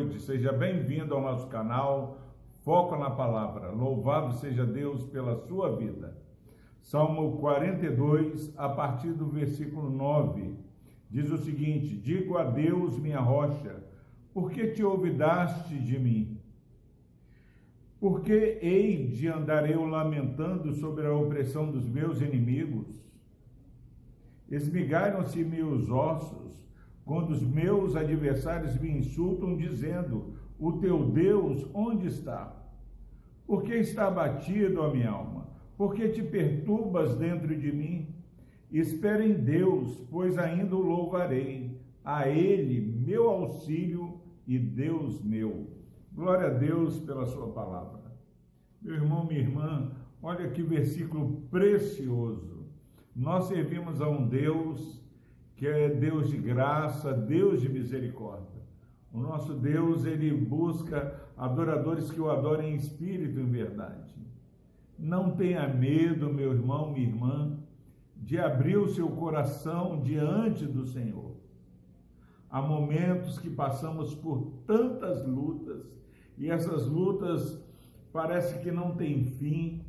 noite, seja bem-vindo ao nosso canal Foco na Palavra. Louvado seja Deus pela sua vida. Salmo 42, a partir do versículo 9, diz o seguinte: digo a Deus, minha rocha, por que te olvidaste de mim? Porque hei de andar eu lamentando sobre a opressão dos meus inimigos? Esmigalham-se meus ossos, quando os meus adversários me insultam, dizendo: o teu Deus onde está? Por que está abatido a minha alma? Por que te perturbas dentro de mim? Espera em Deus, pois ainda o louvarei, a Ele meu auxílio e Deus meu. Glória a Deus pela sua palavra. Meu irmão, minha irmã, olha que versículo precioso. Nós servimos a um Deus que é Deus de graça, Deus de misericórdia. O nosso Deus, ele busca adoradores que o adorem em espírito e em verdade. Não tenha medo, meu irmão, minha irmã, de abrir o seu coração diante do Senhor. Há momentos que passamos por tantas lutas, e essas lutas parece que não têm fim,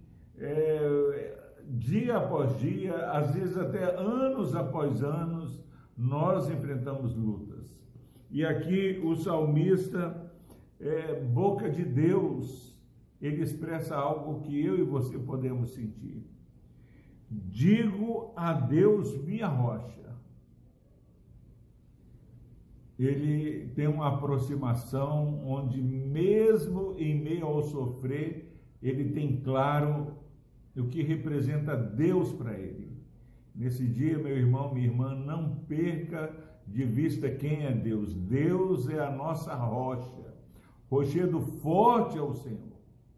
dia após dia, às vezes até anos após anos, nós enfrentamos lutas. E aqui o salmista, boca de Deus, ele expressa algo que eu e você podemos sentir. Digo a Deus, minha rocha. Ele tem uma aproximação onde, mesmo em meio ao sofrer, ele tem claro o que representa Deus para ele. Nesse dia, meu irmão, minha irmã, não perca de vista quem é Deus. Deus é a nossa rocha, rochedo forte é o Senhor.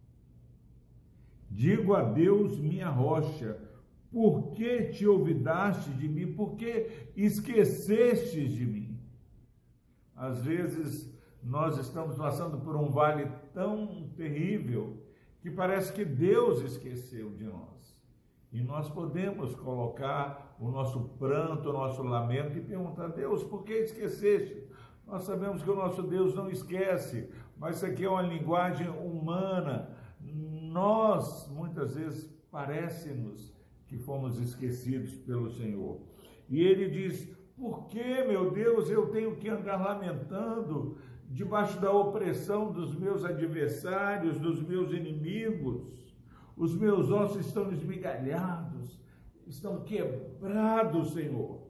Digo a Deus, minha rocha, por que te olvidaste de mim? Por que esquecestes de mim? Às vezes nós estamos passando por um vale tão terrível que parece que Deus esqueceu de nós. E nós podemos colocar o nosso pranto, o nosso lamento e perguntar: Deus, por que esqueceste? Nós sabemos que o nosso Deus não esquece, mas isso aqui é uma linguagem humana. Nós, muitas vezes, parece-nos que fomos esquecidos pelo Senhor. E ele diz: por que, meu Deus, eu tenho que andar lamentando debaixo da opressão dos meus adversários, dos meus inimigos? Os meus ossos estão esmigalhados, estão quebrados, Senhor.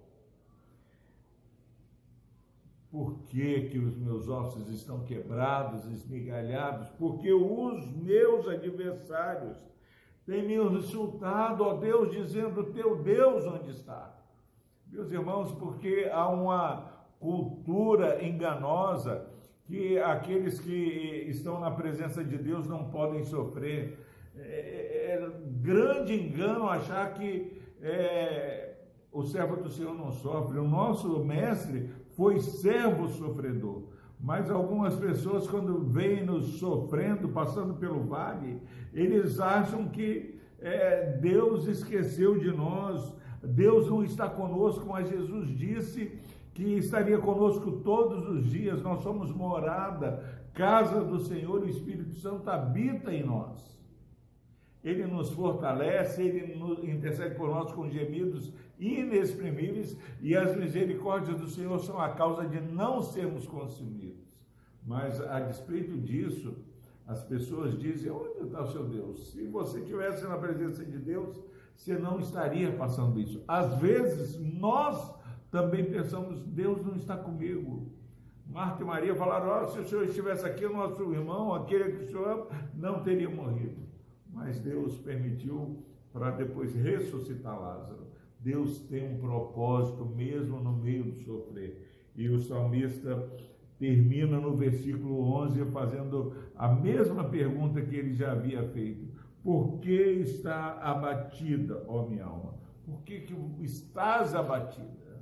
Por que os meus ossos estão quebrados, esmigalhados? Porque os meus adversários têm me insultado, ó Deus, dizendo: teu Deus onde está? Meus irmãos, porque há uma cultura enganosa que aqueles que estão na presença de Deus não podem sofrer. É grande engano achar que o servo do Senhor não sofre. O nosso mestre foi servo sofredor. Mas algumas pessoas, quando veem nos sofrendo, passando pelo vale, eles acham que Deus esqueceu de nós. Deus não está conosco, mas Jesus disse que estaria conosco todos os dias. Nós somos morada, casa do Senhor, o Espírito Santo habita em nós. Ele nos fortalece, ele intercede por nós com gemidos inexprimíveis, e as misericórdias do Senhor são a causa de não sermos consumidos. Mas, a despeito disso, as pessoas dizem: onde está o seu Deus? Se você estivesse na presença de Deus, você não estaria passando isso. Às vezes, nós também pensamos: Deus não está comigo. Marta e Maria falaram: se o Senhor estivesse aqui, o nosso irmão, aquele que o Senhor ama, não teria morrido. Mas Deus permitiu para depois ressuscitar Lázaro. Deus tem um propósito mesmo no meio do sofrer. E o salmista termina no versículo 11 fazendo a mesma pergunta que ele já havia feito: por que está abatida, ó minha alma? Por que estás abatida?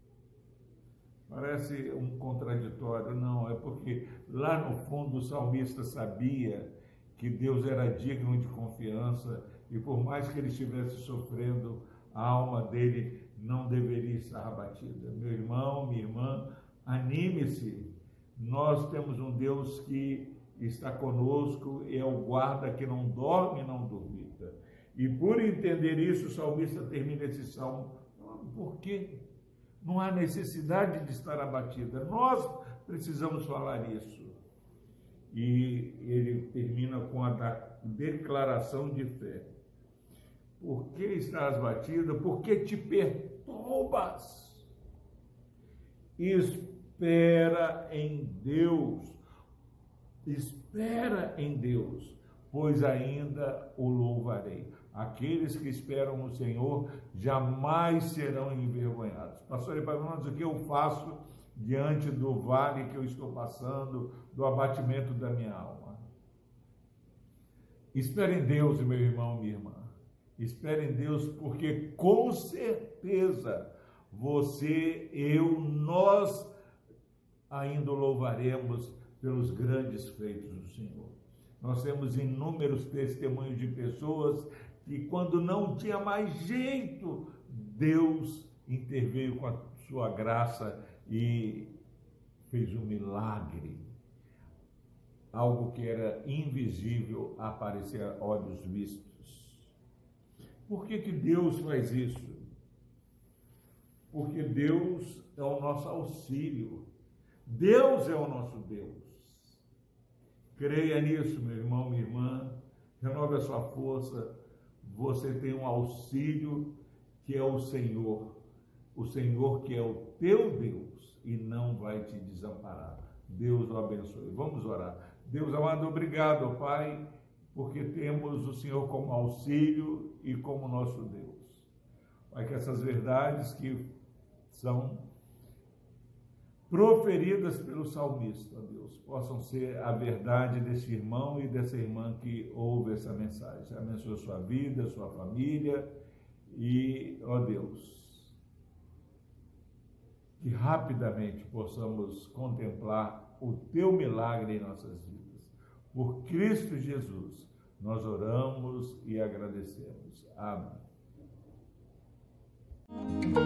Parece um contraditório. Não, é porque lá no fundo o salmista sabia que Deus era digno de confiança, e por mais que ele estivesse sofrendo, a alma dele não deveria estar abatida. Meu irmão, minha irmã, anime-se. Nós temos um Deus que está conosco, é o guarda que não dorme e não dormita. E por entender isso, o salmista termina esse salmo falando: por quê? Não há necessidade de estar abatida. Nós precisamos falar isso. E ele termina com a declaração de fé. Por que estás batida? Por que te perturbas? Espera em Deus. Espera em Deus, pois ainda o louvarei. Aqueles que esperam no Senhor jamais serão envergonhados. Pastor Epaminondas, o que eu faço diante do vale que eu estou passando, do abatimento da minha alma? Espere em Deus, meu irmão, minha irmã. Espere em Deus, porque com certeza você, eu, nós ainda o louvaremos pelos grandes feitos do Senhor. Nós temos inúmeros testemunhos de pessoas que, quando não tinha mais jeito, Deus interveio com a sua graça e fez um milagre. Algo que era invisível aparecer a olhos vistos. Por que Deus faz isso? Porque Deus é o nosso auxílio. Deus é o nosso Deus. Creia nisso, meu irmão, minha irmã. Renove a sua força. Você tem um auxílio que é o Senhor que é o teu Deus e não vai te desamparar. Deus o abençoe. Vamos orar. Deus amado, obrigado, Pai, porque temos o Senhor como auxílio e como nosso Deus. Pai, que essas verdades que são proferidas pelo salmista, Deus, possam ser a verdade desse irmão e dessa irmã que ouve essa mensagem. Abençoe a sua vida, a sua família e, ó Deus, que rapidamente possamos contemplar o teu milagre em nossas vidas. Por Cristo Jesus, nós oramos e agradecemos. Amém.